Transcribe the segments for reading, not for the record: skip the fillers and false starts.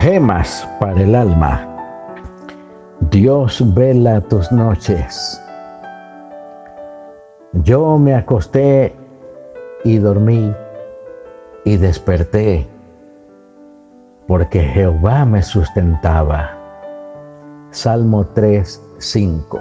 Gemas para el alma. Dios vela tus noches. Yo me acosté y dormí y desperté, porque Jehová me sustentaba. Salmo 3:5.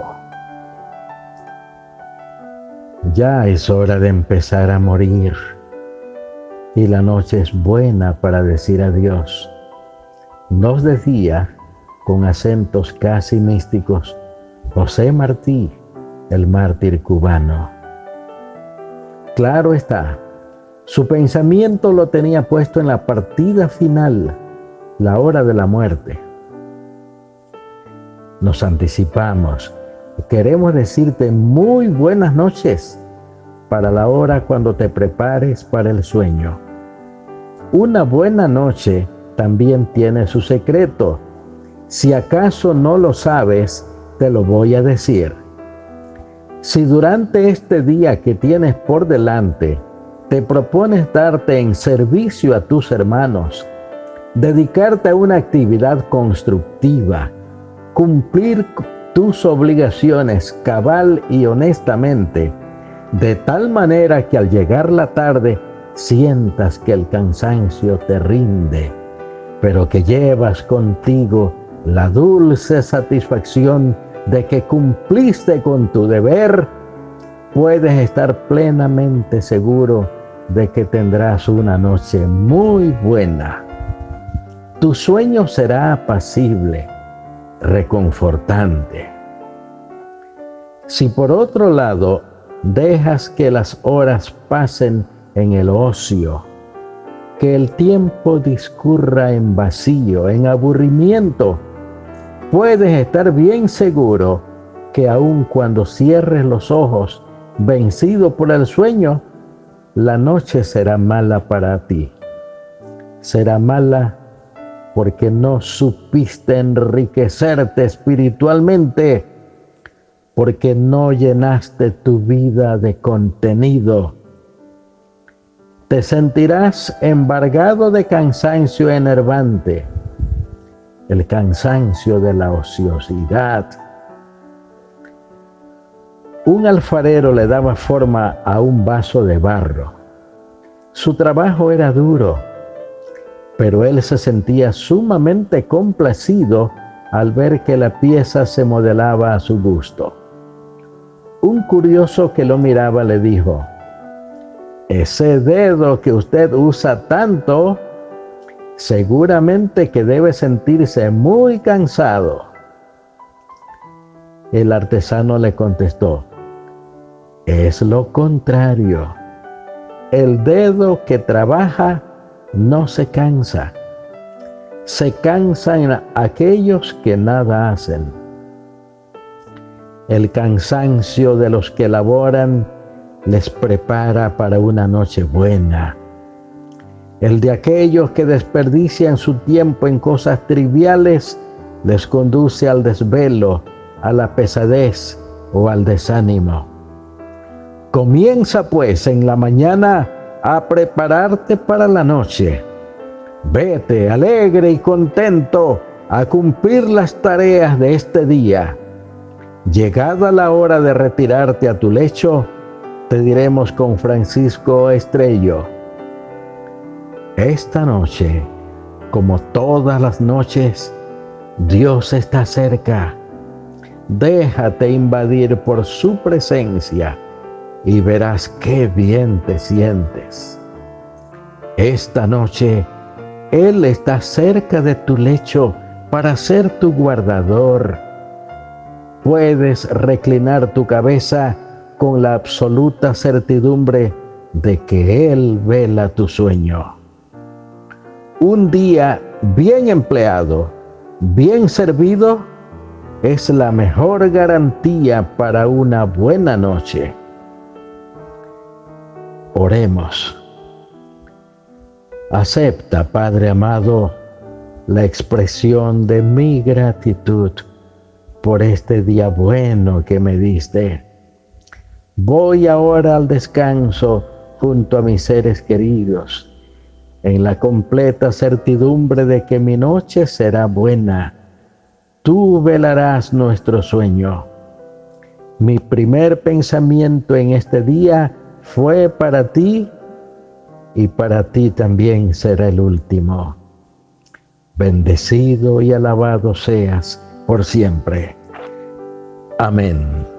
Ya es hora de empezar a morir, y la noche es buena para decir adiós. Nos decía, con acentos casi místicos, José Martí, el mártir cubano. Claro está, su pensamiento lo tenía puesto en la partida final, la hora de la muerte. Nos anticipamos y queremos decirte muy buenas noches para la hora cuando te prepares para el sueño. Una buena noche también tiene su secreto. Si acaso no lo sabes, te lo voy a decir. Si durante este día que tienes por delante te propones darte en servicio a tus hermanos, dedicarte a una actividad constructiva, cumplir tus obligaciones cabal y honestamente, de tal manera que al llegar la tarde sientas que el cansancio te rinde, pero que llevas contigo la dulce satisfacción de que cumpliste con tu deber, puedes estar plenamente seguro de que tendrás una noche muy buena. Tu sueño será apacible, reconfortante. Si por otro lado dejas que las horas pasen en el ocio, que el tiempo discurra en vacío, en aburrimiento, puedes estar bien seguro que aun cuando cierres los ojos, vencido por el sueño, la noche será mala para ti. Será mala porque no supiste enriquecerte espiritualmente, porque no llenaste tu vida de contenido. Te sentirás embargado de cansancio enervante, el cansancio de la ociosidad. Un alfarero le daba forma a un vaso de barro. Su trabajo era duro, pero él se sentía sumamente complacido al ver que la pieza se modelaba a su gusto. Un curioso que lo miraba le dijo: «Ese dedo que usted usa tanto, seguramente que debe sentirse muy cansado». El artesano le contestó: «Es lo contrario. El dedo que trabaja no se cansa. Se cansan aquellos que nada hacen. El cansancio de los que laboran les prepara para una noche buena. El de aquellos que desperdician su tiempo en cosas triviales les conduce al desvelo, a la pesadez o al desánimo. Comienza pues en la mañana a prepararte para la noche. Vete alegre y contento a cumplir las tareas de este día. Llegada la hora de retirarte a tu lecho, te diremos con Francisco Estrello: esta noche, como todas las noches, Dios está cerca. Déjate invadir por su presencia y verás qué bien te sientes. Esta noche, Él está cerca de tu lecho para ser tu guardador. Puedes reclinar tu cabeza con la absoluta certidumbre de que Él vela tu sueño. Un día bien empleado, bien servido, es la mejor garantía para una buena noche. Oremos. Acepta, Padre amado, la expresión de mi gratitud por este día bueno que me diste. Voy ahora al descanso junto a mis seres queridos en la completa certidumbre de que mi noche será buena. Tú velarás nuestro sueño. Mi primer pensamiento en este día fue para ti y para ti también será el último. Bendecido y alabado seas por siempre. Amén.